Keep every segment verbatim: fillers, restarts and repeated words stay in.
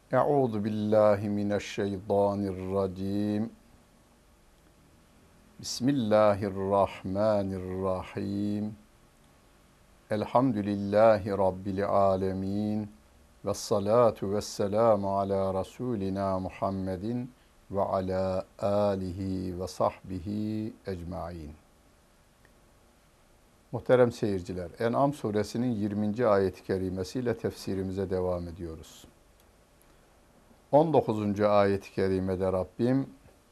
Euzu billahi mineşşeytanirracim. Bismillahirrahmanirrahim. Elhamdülillahi rabbil alamin. Ves salatu vesselamu ala rasulina Muhammedin ve ala alihi ve sahbihi ecmaîn. Muhterem seyirciler, En'am suresinin yirminci ayet-i kerimesiyle tefsirimize devam ediyoruz. on dokuzuncu ayet-i kerimede Rabbim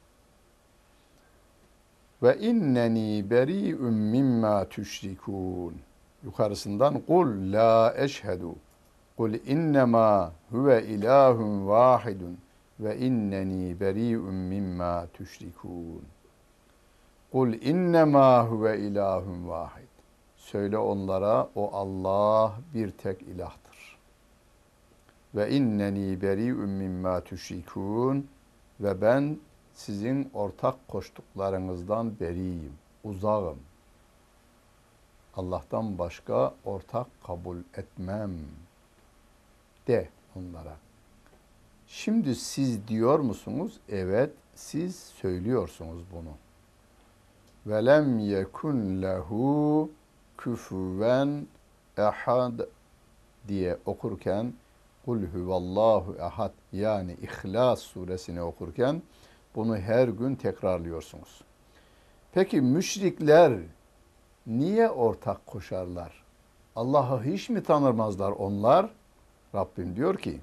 ve inneni beri'un mimma tüşrikûn yukarısından kul la eşhedü kul innema huve ilahun vahidun ve inneni beri'un mimma tüşrikûn kul innema huve ilahun vahid. Söyle onlara, o Allah bir tek ilahtır. Ve inneni beri'un mimma tüşrikûn ve ben sizin ortak koştuklarınızdan beriyim, uzağım. Allah'tan başka ortak kabul etmem de onlara. Şimdi siz diyor musunuz? Evet, siz söylüyorsunuz bunu. Ve lem yekun lehu küfüven ehad diye okurken Kul huvallahu ehad yani İhlas suresini okurken bunu her gün tekrarlıyorsunuz. Peki müşrikler niye ortak koşarlar? Allah'ı hiç mi tanımazlar onlar? Rabbim diyor ki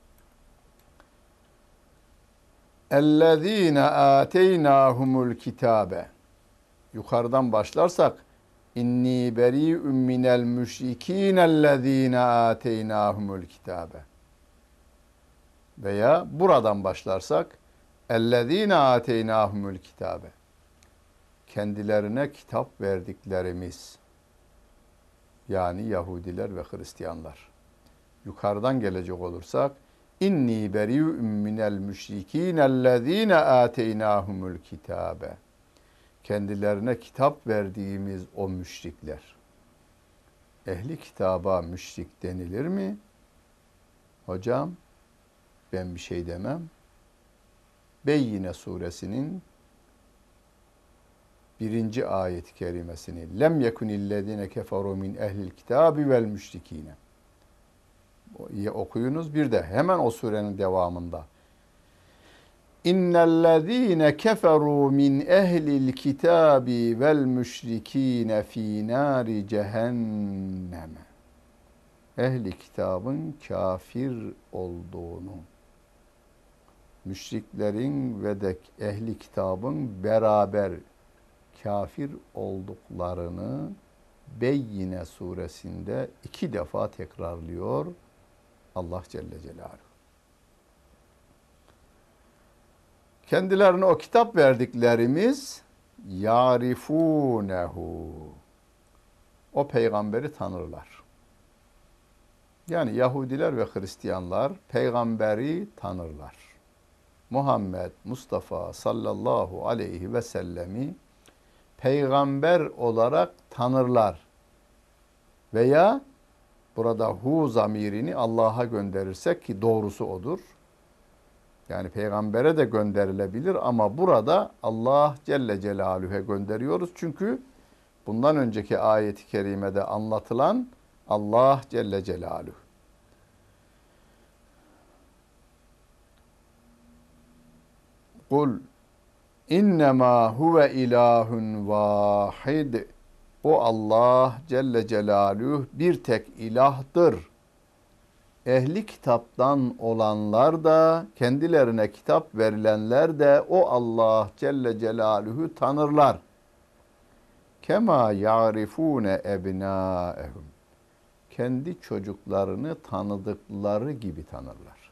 اَلَّذ۪ينَ آتَيْنَاهُمُ الْكِتَابَ Yukarıdan başlarsak İnni beri'un minel müşrikînellezîne âteynâhumul kitâbe. Veya buradan başlarsak ellezîne âteynâhumul kitâbe. Kendilerine kitap verdiklerimiz. Yani Yahudiler ve Hristiyanlar. Yukarıdan gelecek olursak İnni beri'un minel müşrikînellezîne âteynâhumul kitâbe. Kendilerine kitap verdiğimiz o müşrikler. Ehli kitaba müşrik denilir mi? Hocam ben bir şey demem. Beyyine suresinin birinci ayet-i kerimesini lem yekunillezine keferu min ehlil kitabi vel müşrikine. İyi okuyunuz. Bir de hemen o surenin devamında İnnellezîne keferû min ehlil kitâbi vel müşrikîne fî nâri cehenneme. Ehli kitabın kafir olduğunu, müşriklerin ve de ehli kitabın beraber kafir olduklarını Beyyine suresinde iki defa tekrarlıyor Allah Celle Celaluhu. Kendilerine o kitap verdiklerimiz yarifunehu. O peygamberi tanırlar. Yani Yahudiler ve Hristiyanlar peygamberi tanırlar. Muhammed Mustafa sallallahu aleyhi ve sellemi peygamber olarak tanırlar. Veya burada hu zamirini Allah'a gönderirsek ki doğrusu odur. Yani peygambere de gönderilebilir ama burada Allah Celle Celaluhu'ya gönderiyoruz. Çünkü bundan önceki ayet-i kerimede anlatılan Allah Celle Celaluhu. Kul innema huve ilahun vahid. O Allah Celle Celaluhu bir tek ilahdır. Ehli kitaptan olanlar da, kendilerine kitap verilenler de o Allah Celle Celaluhu tanırlar. Kema ya'rifune ebnâehum. Kendi çocuklarını tanıdıkları gibi tanırlar.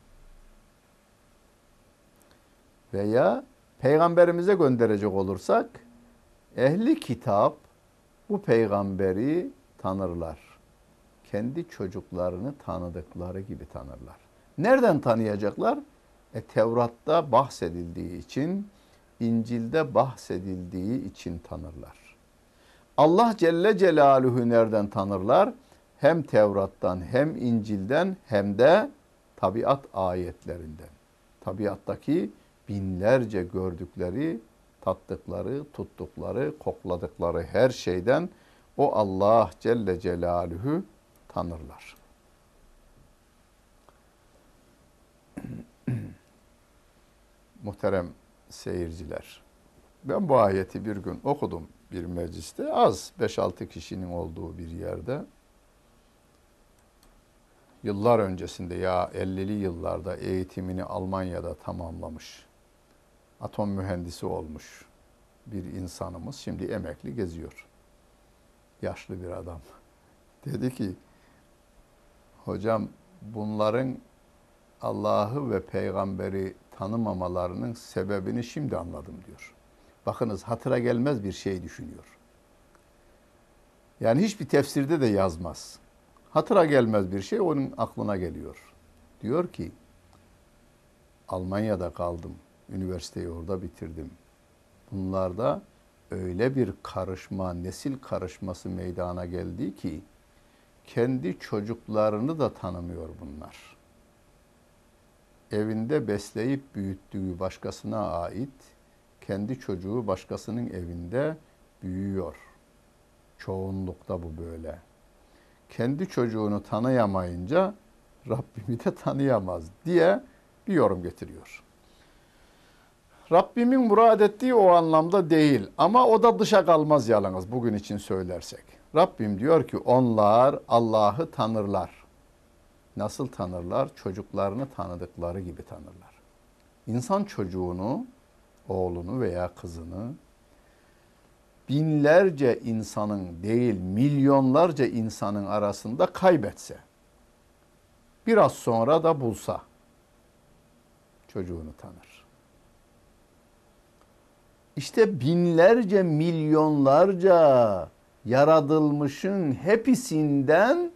Veya peygamberimize gönderecek olursak, ehli kitap bu peygamberi tanırlar. Kendi çocuklarını tanıdıkları gibi tanırlar. Nereden tanıyacaklar? E, Tevrat'ta bahsedildiği için, İncil'de bahsedildiği için tanırlar. Allah Celle Celaluhu nereden tanırlar? Hem Tevrat'tan hem İncil'den hem de tabiat ayetlerinden. Tabiattaki binlerce gördükleri, tattıkları, tuttukları, kokladıkları her şeyden o Allah Celle Celaluhu tanırlar. Muhterem seyirciler, ben bu ayeti bir gün okudum bir mecliste, az beş altı kişinin olduğu bir yerde. Yıllar öncesinde, ya ellili yıllarda eğitimini Almanya'da tamamlamış, atom mühendisi olmuş bir insanımız şimdi emekli geziyor. Yaşlı bir adam. Dedi ki, hocam bunların Allah'ı ve peygamberi tanımamalarının sebebini şimdi anladım diyor. Bakınız, hatıra gelmez bir şey düşünüyor. Yani hiçbir tefsirde de yazmaz. Hatıra gelmez bir şey onun aklına geliyor. Diyor ki, Almanya'da kaldım, üniversiteyi orada bitirdim. Bunlarda öyle bir karışma, nesil karışması meydana geldi ki, kendi çocuklarını da tanımıyor bunlar. Evinde besleyip büyüttüğü başkasına ait, kendi çocuğu başkasının evinde büyüyor. Çoğunlukta bu böyle. Kendi çocuğunu tanıyamayınca Rabbimi de tanıyamaz diye bir yorum getiriyor. Rabbimin murad ettiği o anlamda değil ama o da dışa kalmaz yalnız bugün için söylersek. Rabbim diyor ki onlar Allah'ı tanırlar. Nasıl tanırlar? Çocuklarını tanıdıkları gibi tanırlar. İnsan çocuğunu, oğlunu veya kızını binlerce insanın değil milyonlarca insanın arasında kaybetse, biraz sonra da bulsa çocuğunu tanır. İşte binlerce milyonlarca yaratılmışın hepsinden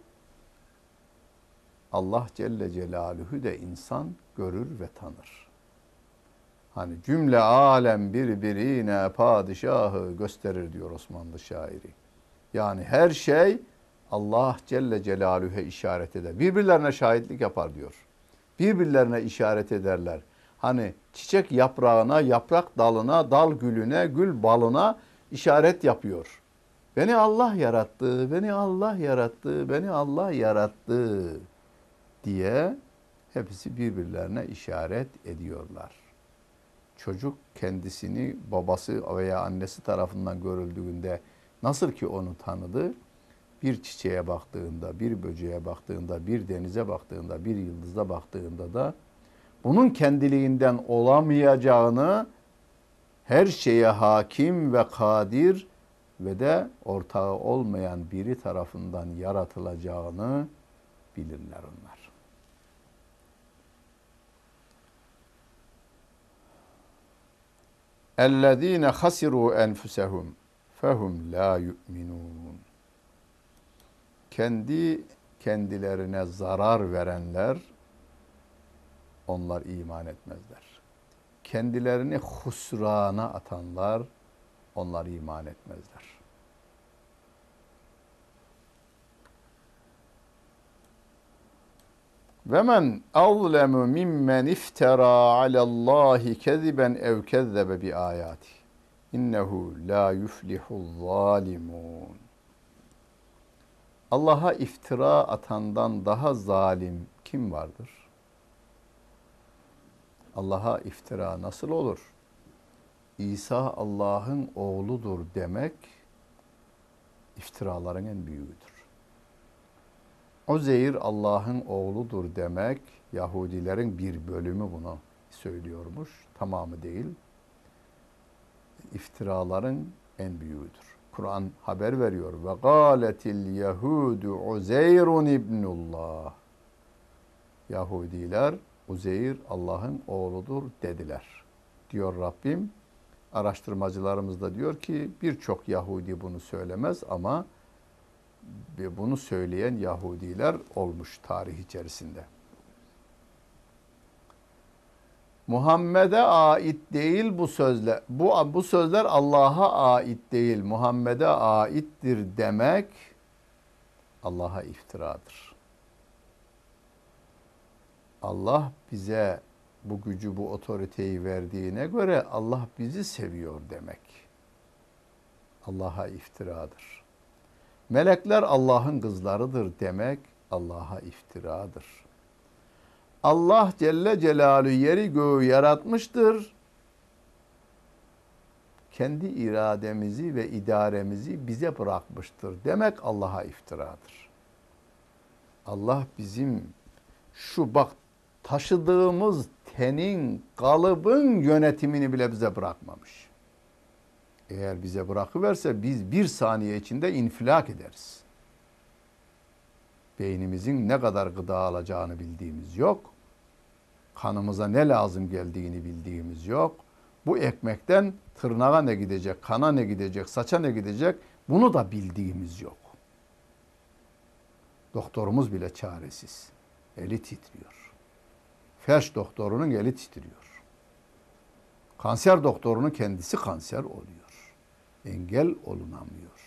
Allah Celle Celaluhu de insan görür ve tanır. Hani cümle alem birbirine padişahı gösterir diyor Osmanlı şairi. Yani her şey Allah Celle Celaluhu'ya işaret eder. Birbirlerine şahitlik yapar diyor. Birbirlerine işaret ederler. Hani çiçek yaprağına, yaprak dalına, dal gülüne, gül balına işaret yapıyor. Beni Allah yarattı, beni Allah yarattı, beni Allah yarattı diye hepsi birbirlerine işaret ediyorlar. Çocuk kendisini babası veya annesi tarafından görüldüğünde nasıl ki onu tanıdı, bir çiçeğe baktığında, bir böceğe baktığında, bir denize baktığında, bir yıldıza baktığında da bunun kendiliğinden olamayacağını, her şeye hakim ve kadir ve de ortağı olmayan biri tarafından yaratılacağını bilirler onlar. اَلَّذ۪ينَ خَسِرُوا اَنْفُسَهُمْ فَهُمْ لَا يُؤْمِنُونَ Kendi kendilerine zarar verenler, onlar iman etmezler. Kendilerini husrana atanlar, onlar iman etmezler. Ve men azlemu mimmen iftara alallahi keziben ev kezzebe bi ayati. İnnehu la yuflihul zalimun. Allah'a iftira atandan daha zalim kim vardır? Allah'a iftira nasıl olur? İsa Allah'ın oğludur demek iftiraların en büyüğüdür. Uzeyr Allah'ın oğludur demek, Yahudilerin bir bölümü bunu söylüyormuş, tamamı değil. İftiraların en büyüğüdür. Kur'an haber veriyor. Ve gâletil yehudu Uzeyrun ibnullah. Yahudiler Uzeyr Allah'ın oğludur dediler. Diyor Rabbim. Araştırmacılarımız da diyor ki birçok Yahudi bunu söylemez ama ve bunu söyleyen Yahudiler olmuş tarih içerisinde. Muhammed'e ait değil bu sözler. Bu bu sözler Allah'a ait değil, Muhammed'e aittir demek Allah'a iftiradır. Allah bize bu gücü, bu otoriteyi verdiğine göre Allah bizi seviyor demek. Allah'a iftiradır. Melekler Allah'ın kızlarıdır demek Allah'a iftiradır. Allah Celle Celaluhu yeri göğü yaratmıştır. Kendi irademizi ve idaremizi bize bırakmıştır demek Allah'a iftiradır. Allah bizim şu bak taşıdığımız tenin, kalıbın yönetimini bile bize bırakmamış. Eğer bize bırakıverse biz bir saniye içinde infilak ederiz. Beynimizin ne kadar gıda alacağını bildiğimiz yok. Kanımıza ne lazım geldiğini bildiğimiz yok. Bu ekmekten tırnağa ne gidecek, kana ne gidecek, saça ne gidecek bunu da bildiğimiz yok. Doktorumuz bile çaresiz. Eli titriyor. Felç doktorunun eli titriyor. Kanser doktorunun kendisi kanser oluyor. Engel olunamıyor.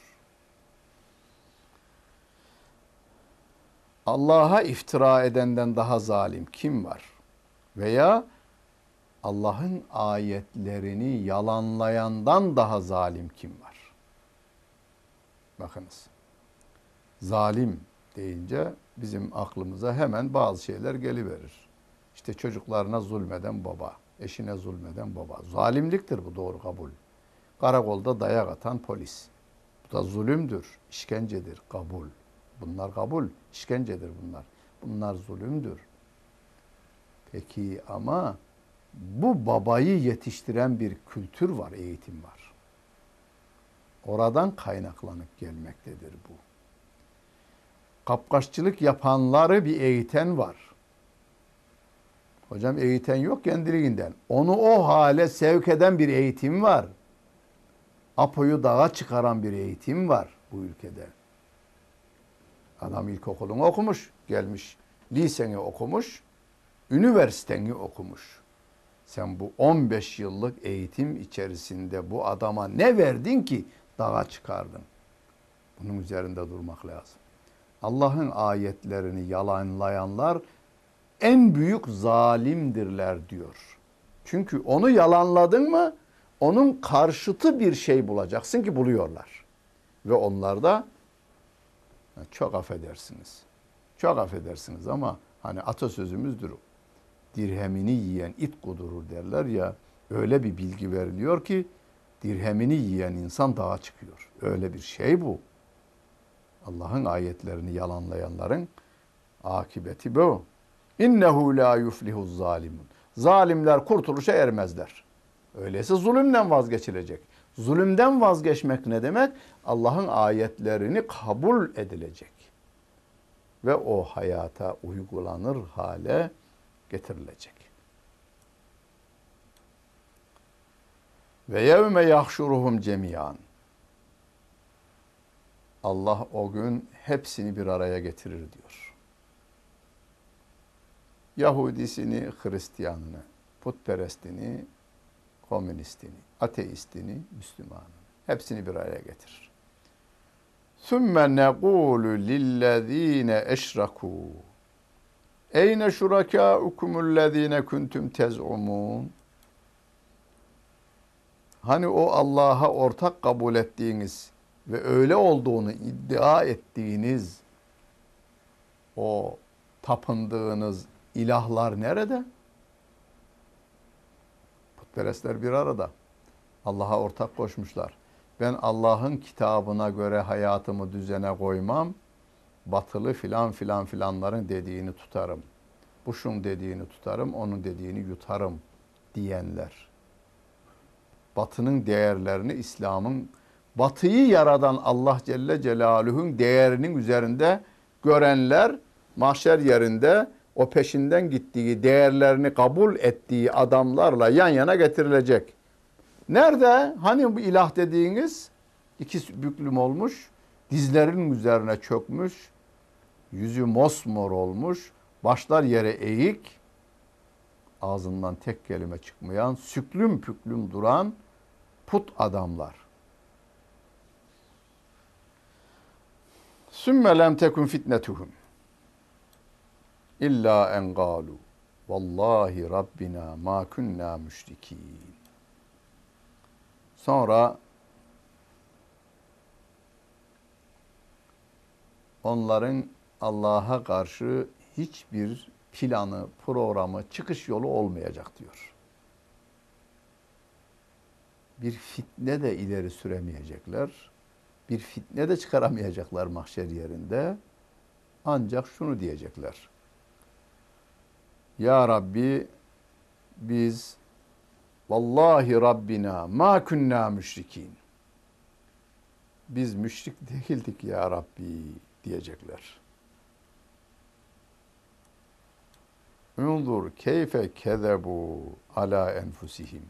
Allah'a iftira edenden daha zalim kim var? Veya Allah'ın ayetlerini yalanlayandan daha zalim kim var? Bakınız. Zalim deyince bizim aklımıza hemen bazı şeyler geliverir. İşte çocuklarına zulmeden baba, eşine zulmeden baba. Zalimliktir bu, doğru kabul. Karakolda dayak atan polis. Bu da zulümdür, işkencedir, kabul. Bunlar kabul, işkencedir bunlar. Bunlar zulümdür. Peki ama bu babayı yetiştiren bir kültür var, eğitim var. Oradan kaynaklanıp gelmektedir bu. Kapkaççılık yapanları bir eğiten var. Hocam eğiten yok kendiliğinden. Onu o hale sevk eden bir eğitim var. Apo'yu dağa çıkaran bir eğitim var bu ülkede. Adam ilkokulunu okumuş, gelmiş liseni okumuş, üniversiteni okumuş. Sen bu on beş yıllık eğitim içerisinde bu adama ne verdin ki dağa çıkardın? Bunun üzerinde durmak lazım. Allah'ın ayetlerini yalanlayanlar en büyük zalimdirler diyor. Çünkü onu yalanladın mı onun karşıtı bir şey bulacaksın ki buluyorlar. Ve onlar da çok affedersiniz. Çok affedersiniz ama hani atasözümüzdür. Dirhemini yiyen it kudurur derler ya. Öyle bir bilgi veriliyor ki dirhemini yiyen insan dağa çıkıyor. Öyle bir şey bu. Allah'ın ayetlerini yalanlayanların akıbeti bu. İnnehu la yuflihu zalimun. Zalimler kurtuluşa ermezler. Öyleyse zulümden vazgeçilecek. Zulümden vazgeçmek ne demek? Allah'ın ayetlerini kabul edilecek. Ve o hayata uygulanır hale getirilecek. Ve yevme yahşuruhum cemiyan. Allah o gün hepsini bir araya getirir diyor. Yahudisini, Hristiyanını, putperestini, komünistini, ateistini, Müslümanını hepsini bir araya getirir. ثُمَّ نَقُولُ لِلَّذ۪ينَ اَشْرَكُوا اَيْنَ شُرَكَاؤُكُمُ الَّذ۪ينَ كُنْتُمْ تَزْعُمُونَ. Hani o Allah'a ortak kabul ettiğiniz ve öyle olduğunu iddia ettiğiniz o tapındığınız ilahlar nerede? Putperestler bir arada. Allah'a ortak koşmuşlar. Ben Allah'ın kitabına göre hayatımı düzene koymam. Batılı filan filan filanların dediğini tutarım. Bush'un dediğini tutarım, onun dediğini yutarım diyenler. Batının değerlerini, İslam'ın, Batıyı yaradan Allah Celle Celaluhu'nun değerinin üzerinde görenler mahşer yerinde o peşinden gittiği, değerlerini kabul ettiği adamlarla yan yana getirilecek. Nerede? Hani bu ilah dediğiniz iki büklüm olmuş, dizlerinin üzerine çökmüş, yüzü mosmor olmuş, başlar yere eğik, ağzından tek kelime çıkmayan, süklüm püklüm duran put adamlar. Sümme lem tekun fitnetuhum illa en galu Vallahi Rabbina ma kunna müşrikin. Sonra onların Allah'a karşı hiçbir planı, programı, çıkış yolu olmayacak diyor. Bir fitne de ileri süremeyecekler. Bir fitne de çıkaramayacaklar mahşer yerinde. Ancak şunu diyecekler. Ya Rabbi biz vallahi Rabbina ma kunna müşrikin. Biz müşrik değildik ya Rabbi diyecekler. Unzur keyfe kezebu ala enfusihim.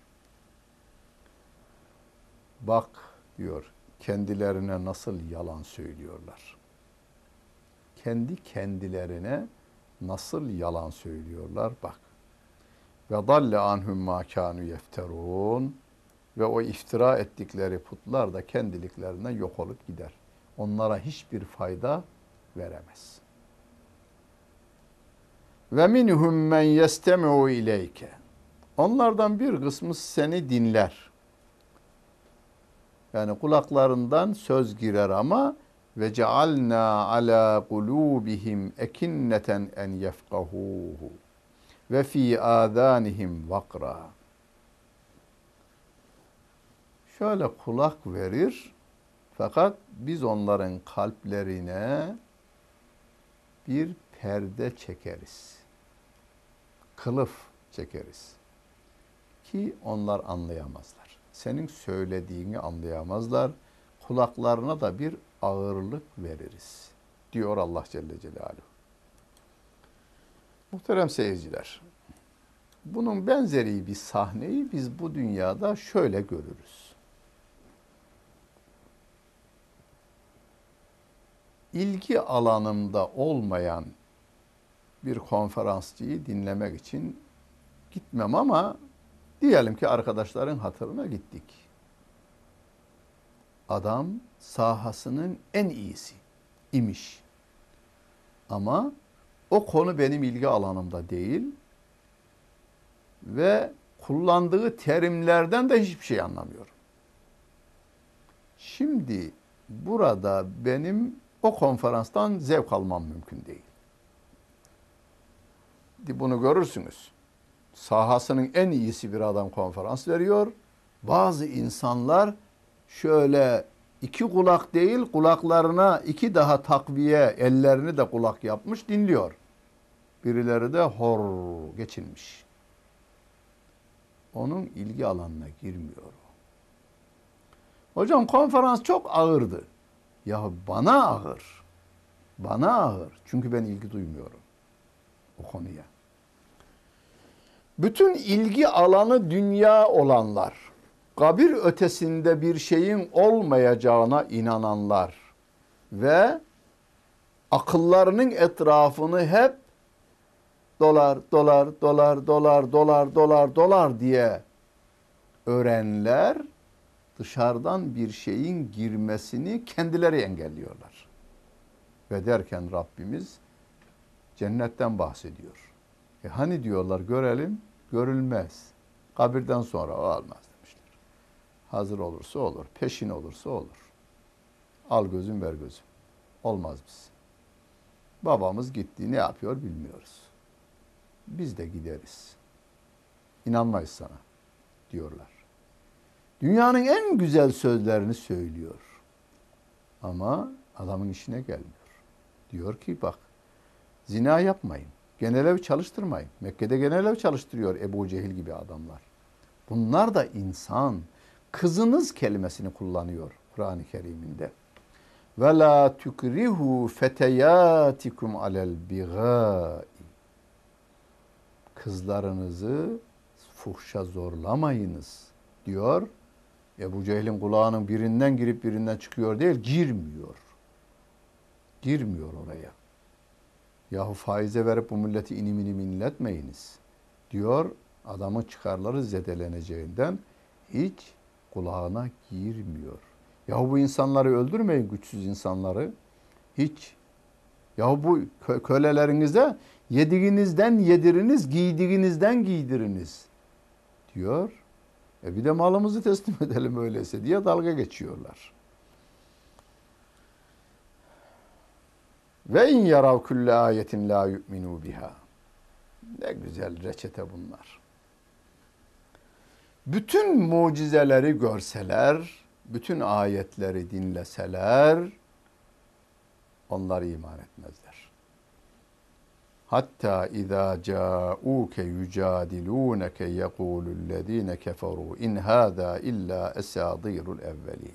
Bak diyor kendilerine nasıl yalan söylüyorlar. Kendi kendilerine nasıl yalan söylüyorlar bak. Ve dalle anhum ma kanu yefterun. Ve o iftira ettikleri putlar da kendiliklerinden yok olup gider. Onlara hiçbir fayda veremez. Ve minhum men yestemi'u ileyke. Onlardan bir kısmı seni dinler. Yani kulaklarından söz girer ama ve cealna ala kulubihim ekinneten en yefkahuhu ve fi adanihim vakra. Şöyle kulak verir fakat biz onların kalplerine bir perde çekeriz. Kılıf çekeriz ki onlar anlayamazlar. Senin söylediğini anlayamazlar. Kulaklarına da bir ağırlık veririz diyor Allah Celle Celaluhu. Muhterem seyirciler, bunun benzeri bir sahneyi biz bu dünyada şöyle görürüz. İlgi alanımda olmayan bir konferansçıyı dinlemek için gitmem ama diyelim ki arkadaşların hatırına gittik. Adam sahasının en iyisi imiş. Ama o konu benim ilgi alanımda değil ve kullandığı terimlerden de hiçbir şey anlamıyorum. Şimdi burada benim o konferanstan zevk almam mümkün değil. Bunu görürsünüz. Sahasının en iyisi bir adam konferans veriyor. Bazı insanlar şöyle iki kulak değil kulaklarına iki daha takviye ellerini de kulak yapmış dinliyor. Birileri de hor geçinmiş. Onun ilgi alanına girmiyor. Hocam konferans çok ağırdı. Ya bana ağır. Bana ağır. Çünkü ben ilgi duymuyorum o konuya. Bütün ilgi alanı dünya olanlar, kabir ötesinde bir şeyin olmayacağına inananlar ve akıllarının etrafını hep dolar, dolar, dolar, dolar, dolar, dolar, dolar diye öğrenler dışarıdan bir şeyin girmesini kendileri engelliyorlar. Ve derken Rabbimiz cennetten bahsediyor. E hani diyorlar görelim, görülmez. Kabirden sonra o almaz demişler. Hazır olursa olur, peşin olursa olur. Al gözüm ver gözüm. Olmaz biz. Babamız gitti, ne yapıyor bilmiyoruz. Biz de gideriz. İnanmayız sana diyorlar. Dünyanın en güzel sözlerini söylüyor. Ama adamın işine gelmiyor. Diyor ki bak zina yapmayın. Genel ev çalıştırmayın. Mekke'de genel ev çalıştırıyor Ebu Cehil gibi adamlar. Bunlar da insan. Kızınız kelimesini kullanıyor Kur'an-ı Kerim'inde. Ve la tukrihu feteyatikum alel bigai. Kızlarınızı fuhşa zorlamayınız diyor. Ebu Cehil'in kulağının birinden girip birinden çıkıyor değil, girmiyor. Girmiyor oraya. Yahu faize verip bu milleti inim inim inletmeyiniz diyor. Adamın çıkarları zedeleneceğinden hiç kulağına girmiyor. Yahu bu insanları öldürmeyin, güçsüz insanları. Hiç Ya bu kö kölelerinize yediğinizden yediriniz, giydiğinizden giydiriniz diyor. E bir de malımızı teslim edelim öyleyse diye dalga geçiyorlar. Ve in yarav kulle ayetin la yu'minu biha. Ne güzel reçete bunlar. Bütün mucizeleri görseler, bütün ayetleri dinleseler, onlar iman etmezler. Hatta izâ câûke yücâdilûneke yekûlullezîne keferû in hâzâ illâ esâdîrul evvelîn.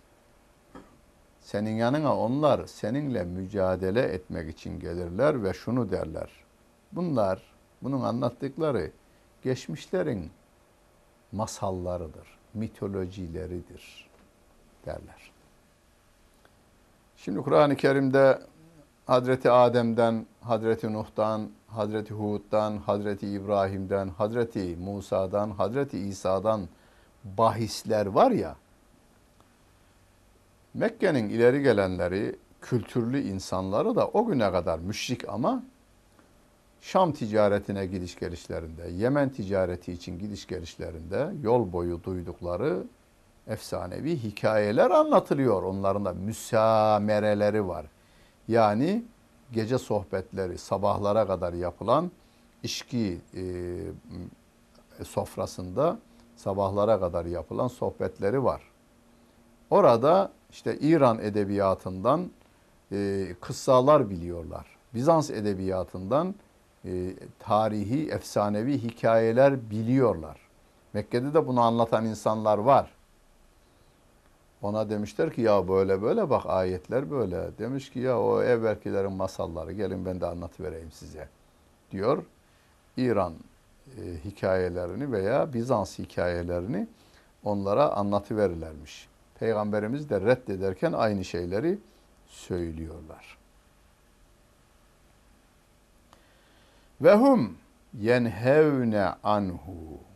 Senin yanına onlar seninle mücadele etmek için gelirler ve şunu derler. Bunlar, bunun anlattıkları geçmişlerin masallarıdır, mitolojileridir derler. Şimdi Kur'an-ı Kerim'de Hazreti Adem'den, Hazreti Nuh'tan, Hazreti Hud'dan, Hazreti İbrahim'den, Hazreti Musa'dan, Hazreti İsa'dan bahisler var ya, Mekke'nin ileri gelenleri, kültürlü insanları da o güne kadar müşrik ama Şam ticaretine gidiş gelişlerinde, Yemen ticareti için gidiş gelişlerinde yol boyu duydukları efsanevi hikayeler anlatılıyor. Onların da müsamereleri var. Yani gece sohbetleri, sabahlara kadar yapılan içki e, sofrasında sabahlara kadar yapılan sohbetleri var. Orada işte İran edebiyatından e, kıssalar biliyorlar. Bizans edebiyatından e, tarihi, efsanevi hikayeler biliyorlar. Mekke'de de bunu anlatan insanlar var. Ona demişler ki ya böyle böyle bak ayetler böyle. Demiş ki ya o evvelkilerin masalları gelin ben de anlatıvereyim size diyor. İran e, hikayelerini veya Bizans hikayelerini onlara anlatıverirlermiş. Peygamberimiz de reddederken aynı şeyleri söylüyorlar. Ve hum yenhevne anhu.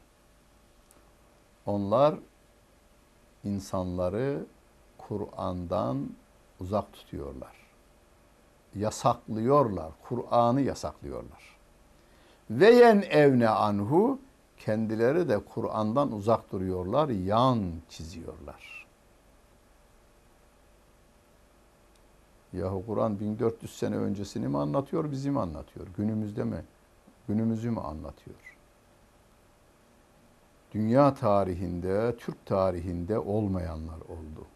Onlar insanları Kur'an'dan uzak tutuyorlar. Yasaklıyorlar. Kur'an'ı yasaklıyorlar. Ve yenevne anhu. Kendileri de Kur'an'dan uzak duruyorlar. Yan çiziyorlar. Yahu Kur'an bin dört yüz sene öncesini mi anlatıyor, bizi mi anlatıyor? Günümüzde mi? Günümüzü mü anlatıyor? Dünya tarihinde, Türk tarihinde olmayanlar oldu.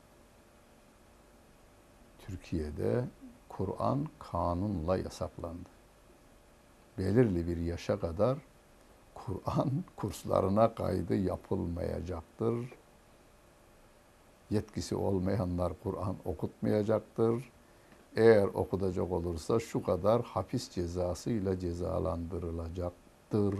Türkiye'de Kur'an kanunla yasaklandı. Belirli bir yaşa kadar Kur'an kurslarına kaydı yapılmayacaktır. Yetkisi olmayanlar Kur'an okutmayacaktır. Eğer okutacak olursa şu kadar hapis cezasıyla cezalandırılacaktır.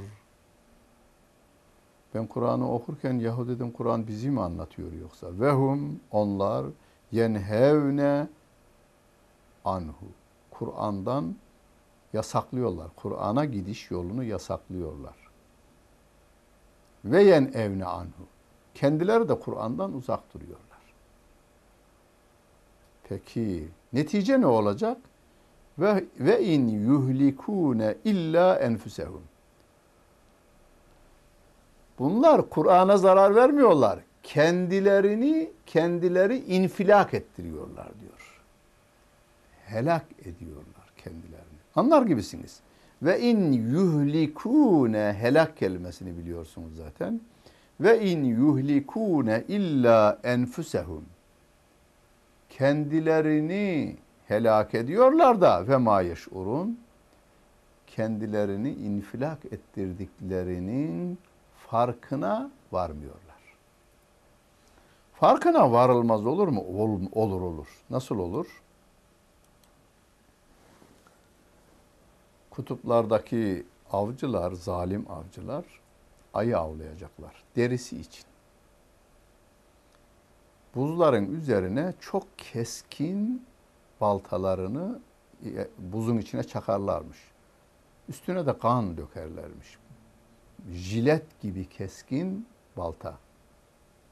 Ben Kur'an'ı okurken yahu dedim Kur'an bizi mi anlatıyor yoksa? Vehum onlar yenhevne anhu. Kur'an'dan yasaklıyorlar. Kur'an'a gidiş yolunu yasaklıyorlar. Ve yenevne anhu. Kendileri de Kur'an'dan uzak duruyorlar. Peki netice ne olacak? Ve ve in yuhlikune illa enfusehum. Bunlar Kur'an'a zarar vermiyorlar. Kendilerini kendileri infilak ettiriyorlar diyor. Helak ediyorlar kendilerini. Anlar gibisiniz. Ve in yuhlikune helak kelimesini biliyorsunuz zaten. Ve in yuhlikune illa enfusehum. Kendilerini helak ediyorlar da ve ma yeş'urun. Kendilerini infilak ettirdiklerinin farkına varmıyorlar. Farkına varılmaz olur mu? Ol, olur olur. Nasıl olur? Kutuplardaki avcılar, zalim avcılar ayı avlayacaklar. Derisi için. Buzların üzerine çok keskin baltalarını buzun içine çakarlarmış. Üstüne de kan dökerlermiş. Jilet gibi keskin balta.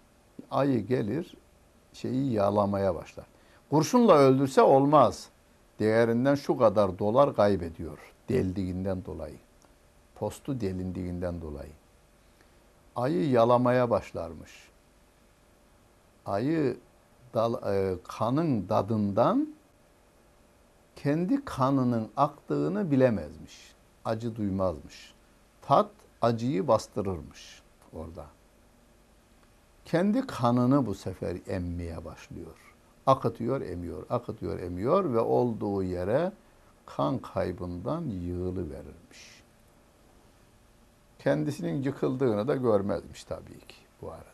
Ayı gelir, şeyi yağlamaya başlar. Kurşunla öldürse olmaz. değerinden şu kadar dolar kaybediyor. Deldiğinden dolayı. Postu delindiğinden dolayı. Ayı yalamaya başlarmış. Ayı dal, e, kanın tadından kendi kanının aktığını bilemezmiş. Acı duymazmış. Tat acıyı bastırırmış orada. Kendi kanını bu sefer emmeye başlıyor. Akıtıyor, emiyor, akıtıyor, emiyor ve olduğu yere kan kaybından yığılıverirmiş. Kendisinin yıkıldığını da görmezmiş tabii ki bu arada.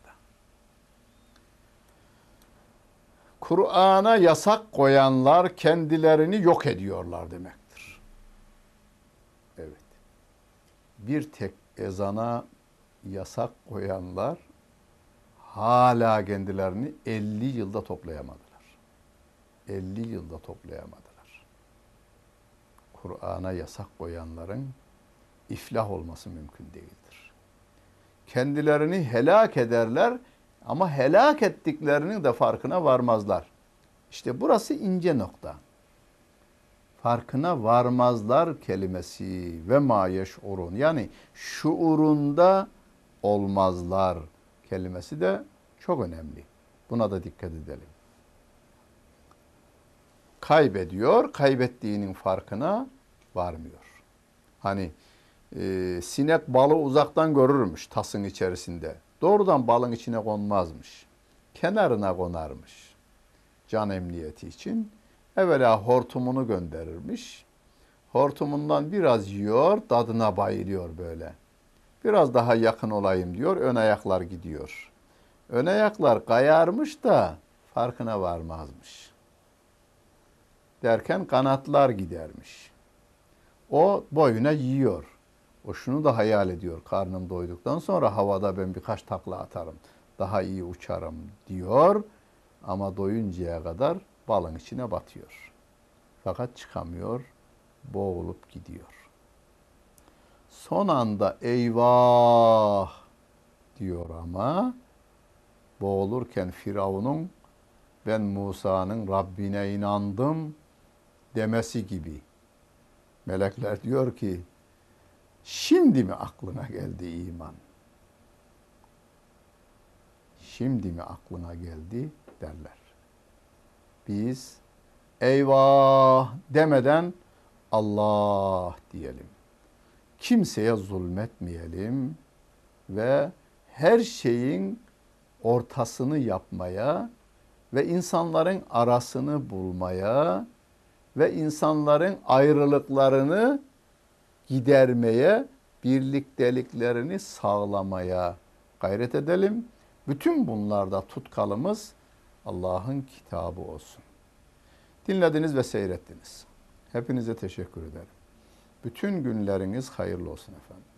Kur'an'a yasak koyanlar kendilerini yok ediyorlar demektir. Evet. Bir tek ezana yasak koyanlar hala kendilerini elli yılda toplayamadılar. elli yılda toplayamadılar. Kur'an'a yasak koyanların iflah olması mümkün değildir. Kendilerini helak ederler ama helak ettiklerinin de farkına varmazlar. İşte burası ince nokta. Farkına varmazlar kelimesi ve ma yeş'urun. Yani şuurunda olmazlar kelimesi de çok önemli. Buna da dikkat edelim. Kaybediyor, kaybettiğinin farkına varmıyor. Hani e, sinek balı uzaktan görürmüş tasın içerisinde. Doğrudan balın içine konmazmış. Kenarına konarmış. Can emniyeti için. Evvela hortumunu gönderirmiş. Hortumundan biraz yiyor, tadına bayılıyor böyle. Biraz daha yakın olayım diyor, ön ayaklar gidiyor. Ön ayaklar kayarmış da farkına varmazmış. Derken kanatlar gidermiş. O boyuna yiyor. O şunu da hayal ediyor. Karnım doyduktan sonra havada ben birkaç takla atarım. Daha iyi uçarım diyor. Ama doyuncaya kadar balın içine batıyor. Fakat çıkamıyor. Boğulup gidiyor. Son anda eyvah diyor ama boğulurken Firavun'un ben Musa'nın Rabbine inandım demesi gibi. Melekler diyor ki şimdi mi aklına geldi iman? Şimdi mi aklına geldi derler. Biz eyvah demeden Allah diyelim. Kimseye zulmetmeyelim ve her şeyin ortasını yapmaya ve insanların arasını bulmaya ve insanların ayrılıklarını gidermeye, birlikteliklerini sağlamaya gayret edelim. Bütün bunlarda tutkalımız Allah'ın kitabı olsun. Dinlediniz ve seyrettiniz. Hepinize teşekkür ederim. Bütün günleriniz hayırlı olsun efendim.